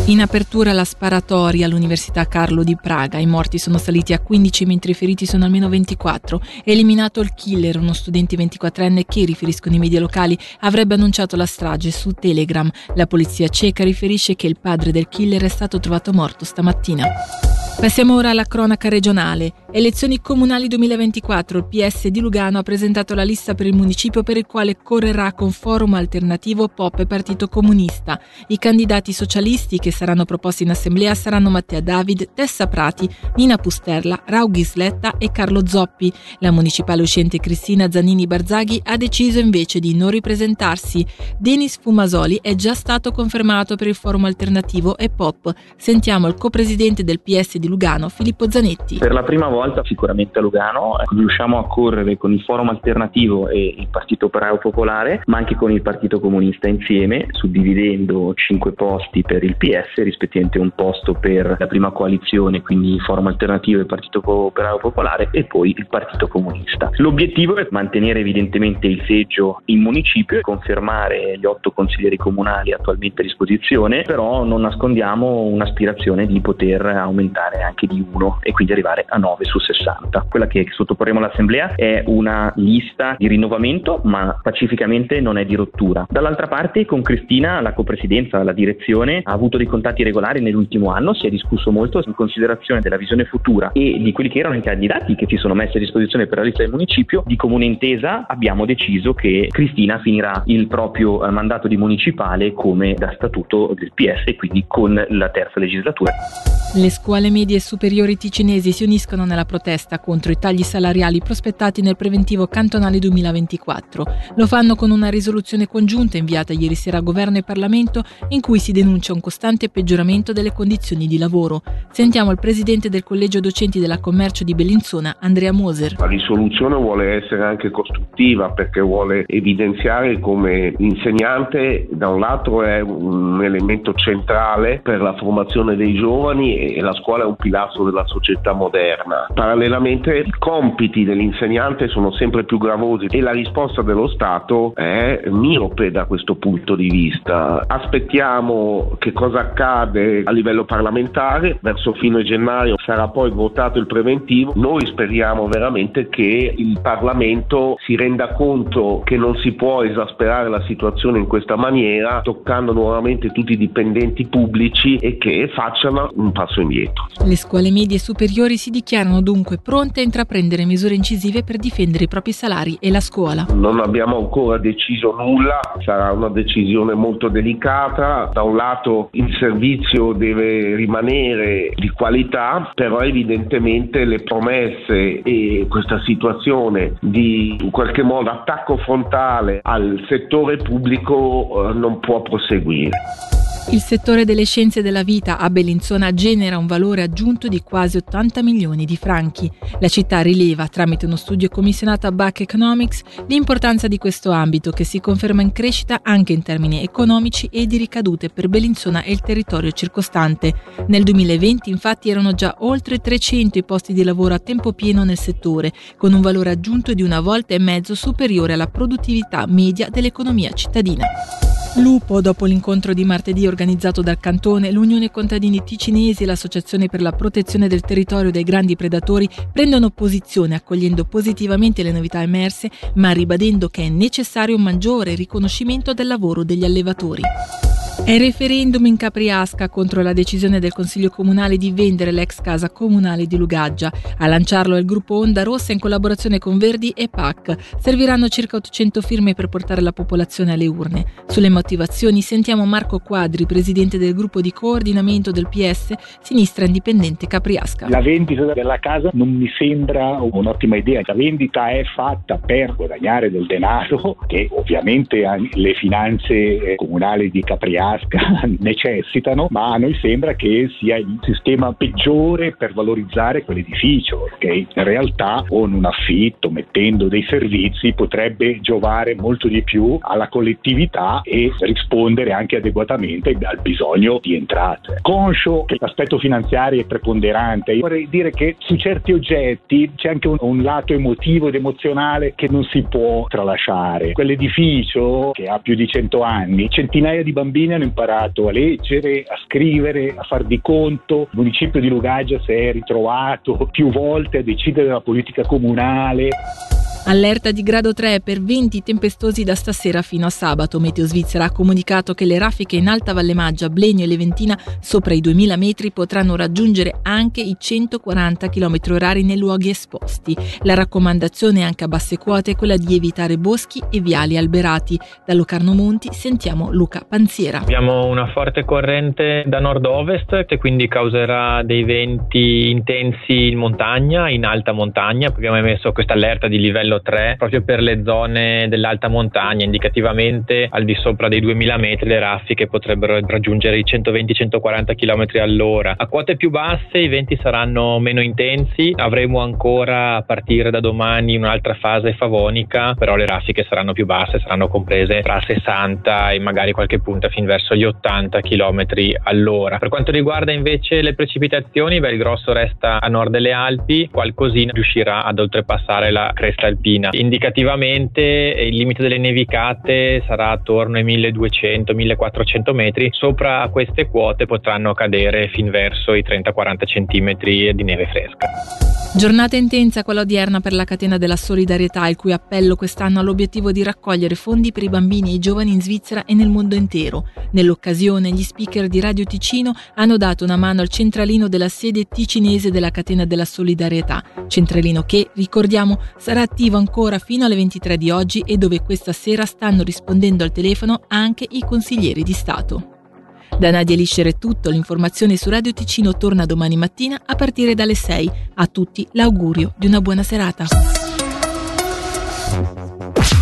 In apertura la sparatoria all'Università Carlo di Praga. I morti sono saliti a 15 mentre i feriti sono almeno 24. Eliminato il killer, uno studente 24enne che, riferiscono i media locali, avrebbe annunciato la strage su Telegram. La polizia ceca riferisce che il padre del killer è stato trovato morto stamattina. Passiamo ora alla cronaca regionale. Elezioni comunali 2024. Il PS di Lugano ha presentato la lista per il municipio per il quale correrà con forum alternativo POP e Partito Comunista. I candidati socialisti che saranno proposti in assemblea saranno Mattea David, Tessa Prati, Nina Pusterla, Raughi Sletta e Carlo Zoppi. La municipale uscente Cristina Zannini Barzaghi ha deciso invece di non ripresentarsi. Denis Fumasoli è già stato confermato per il forum alternativo e POP. Sentiamo il copresidente del PS di Lugano, Filippo Zanetti. Per la prima volta sicuramente a Lugano riusciamo a correre con il forum alternativo e il Partito Operaio Popolare, ma anche con il Partito Comunista insieme, suddividendo 5 posti per il PS, rispettivamente un posto per la prima coalizione, quindi il forum alternativo e il Partito Operaio Popolare, e poi il Partito Comunista. L'obiettivo è mantenere evidentemente il seggio in municipio e confermare gli 8 consiglieri comunali attualmente a disposizione, però non nascondiamo un'aspirazione di poter aumentare anche di 1 e quindi arrivare a 9 su 60. Quella che sottoporremo all'Assemblea è una lista di rinnovamento, ma pacificamente non è di rottura. Dall'altra parte, con Cristina, la copresidenza, la direzione, ha avuto dei contatti regolari nell'ultimo anno, si è discusso molto in considerazione della visione futura e di quelli che erano i candidati che si sono messi a disposizione per la lista del municipio. Di comune intesa abbiamo deciso che Cristina finirà il proprio mandato di municipale come da statuto del PS e quindi con la terza legislatura. Le scuole medie e superiori ticinesi si uniscono nella protesta contro i tagli salariali prospettati nel preventivo cantonale 2024. Lo fanno con una risoluzione congiunta inviata ieri sera a Governo e Parlamento in cui si denuncia un costante peggioramento delle condizioni di lavoro. Sentiamo il presidente del Collegio Docenti della Commercio di Bellinzona, Andrea Moser. La risoluzione vuole essere anche costruttiva perché vuole evidenziare come l'insegnante da un lato è un elemento centrale per la formazione dei giovani e la scuola è un pilastro della società moderna. Parallelamente i compiti dell'insegnante sono sempre più gravosi e la risposta dello Stato è miope da questo punto di vista. Aspettiamo che cosa accade a livello parlamentare, verso fine gennaio sarà poi votato il preventivo. Noi speriamo veramente che il Parlamento si renda conto che non si può esasperare la situazione in questa maniera, toccando nuovamente tutti i dipendenti pubblici e che facciano un passo indietro. Le scuole medie e superiori si dichiarano dunque pronte a intraprendere misure incisive per difendere i propri salari e la scuola. Non abbiamo ancora deciso nulla, sarà una decisione molto delicata. Da un lato il servizio deve rimanere di qualità, però evidentemente le promesse e questa situazione di in qualche modo attacco frontale al settore pubblico non può proseguire. Il settore delle scienze della vita a Bellinzona genera un valore aggiunto di quasi 80 milioni di franchi. La città rileva, tramite uno studio commissionato a Buck Economics, l'importanza di questo ambito che si conferma in crescita anche in termini economici e di ricadute per Bellinzona e il territorio circostante. Nel 2020 infatti erano già oltre 300 i posti di lavoro a tempo pieno nel settore, con un valore aggiunto di 1,5 volte superiore alla produttività media dell'economia cittadina. Lupo, dopo l'incontro di martedì organizzato dal Cantone, l'Unione Contadini Ticinesi e l'Associazione per la Protezione del Territorio dai Grandi Predatori prendono posizione accogliendo positivamente le novità emerse, ma ribadendo che è necessario un maggiore riconoscimento del lavoro degli allevatori. È referendum in Capriasca contro la decisione del Consiglio Comunale di vendere l'ex casa comunale di Lugaggia. A lanciarlo è il gruppo Onda Rossa in collaborazione con Verdi e PAC. Serviranno circa 800 firme per portare la popolazione alle urne. Sulle motivazioni sentiamo Marco Quadri, presidente del gruppo di coordinamento del PS Sinistra Indipendente Capriasca. La vendita della casa non mi sembra un'ottima idea. La vendita è fatta per guadagnare del denaro che ovviamente le finanze comunali di Capriasca necessitano, ma a noi sembra che sia il sistema peggiore per valorizzare quell'edificio, che in realtà con un affitto, mettendo dei servizi, potrebbe giovare molto di più alla collettività e rispondere anche adeguatamente al bisogno di entrate. Conscio che l'aspetto finanziario è preponderante, io vorrei dire che su certi oggetti c'è anche un lato emotivo ed emozionale che non si può tralasciare. Quell'edificio che ha più di 100 anni, centinaia di bambini hanno imparato a leggere, a scrivere, a far di conto. Il municipio di Lugaggia si è ritrovato più volte a decidere la politica comunale. Allerta di grado 3 per venti tempestosi da stasera fino a sabato. Meteo Svizzera ha comunicato che le raffiche in Alta Valle Maggia, Blegno e Leventina sopra i 2000 metri potranno raggiungere anche i 140 km/h nei luoghi esposti. La raccomandazione anche a basse quote è quella di evitare boschi e viali alberati. Da Locarno Monti sentiamo Luca Panziera. Abbiamo una forte corrente da nord-ovest che quindi causerà dei venti intensi in montagna, in alta montagna. Abbiamo emesso questa allerta di livello 3 proprio per le zone dell'alta montagna. Indicativamente al di sopra dei 2000 metri le raffiche potrebbero raggiungere i 120-140 km all'ora. A quote più basse i venti saranno meno intensi, avremo ancora a partire da domani un'altra fase favonica, però le raffiche saranno più basse, saranno comprese tra 60 e magari qualche punta fin verso gli 80 km all'ora. Per quanto riguarda invece le precipitazioni, il grosso resta a nord delle Alpi, qualcosina riuscirà ad oltrepassare la cresta alpina. Indicativamente il limite delle nevicate sarà attorno ai 1200-1400 metri. Sopra queste quote potranno cadere fin verso i 30-40 centimetri di neve fresca. Giornata intensa quella odierna per la catena della solidarietà, il cui appello quest'anno ha l'obiettivo di raccogliere fondi per i bambini e i giovani in Svizzera e nel mondo intero. Nell'occasione gli speaker di Radio Ticino hanno dato una mano al centralino della sede ticinese della catena della solidarietà, centralino che, ricordiamo, sarà attivo ancora fino alle 23 di oggi e dove questa sera stanno rispondendo al telefono anche i consiglieri di Stato. Da Nadia Liscer è tutto, l'informazione su Radio Ticino torna domani mattina a partire dalle 6. A tutti l'augurio di una buona serata.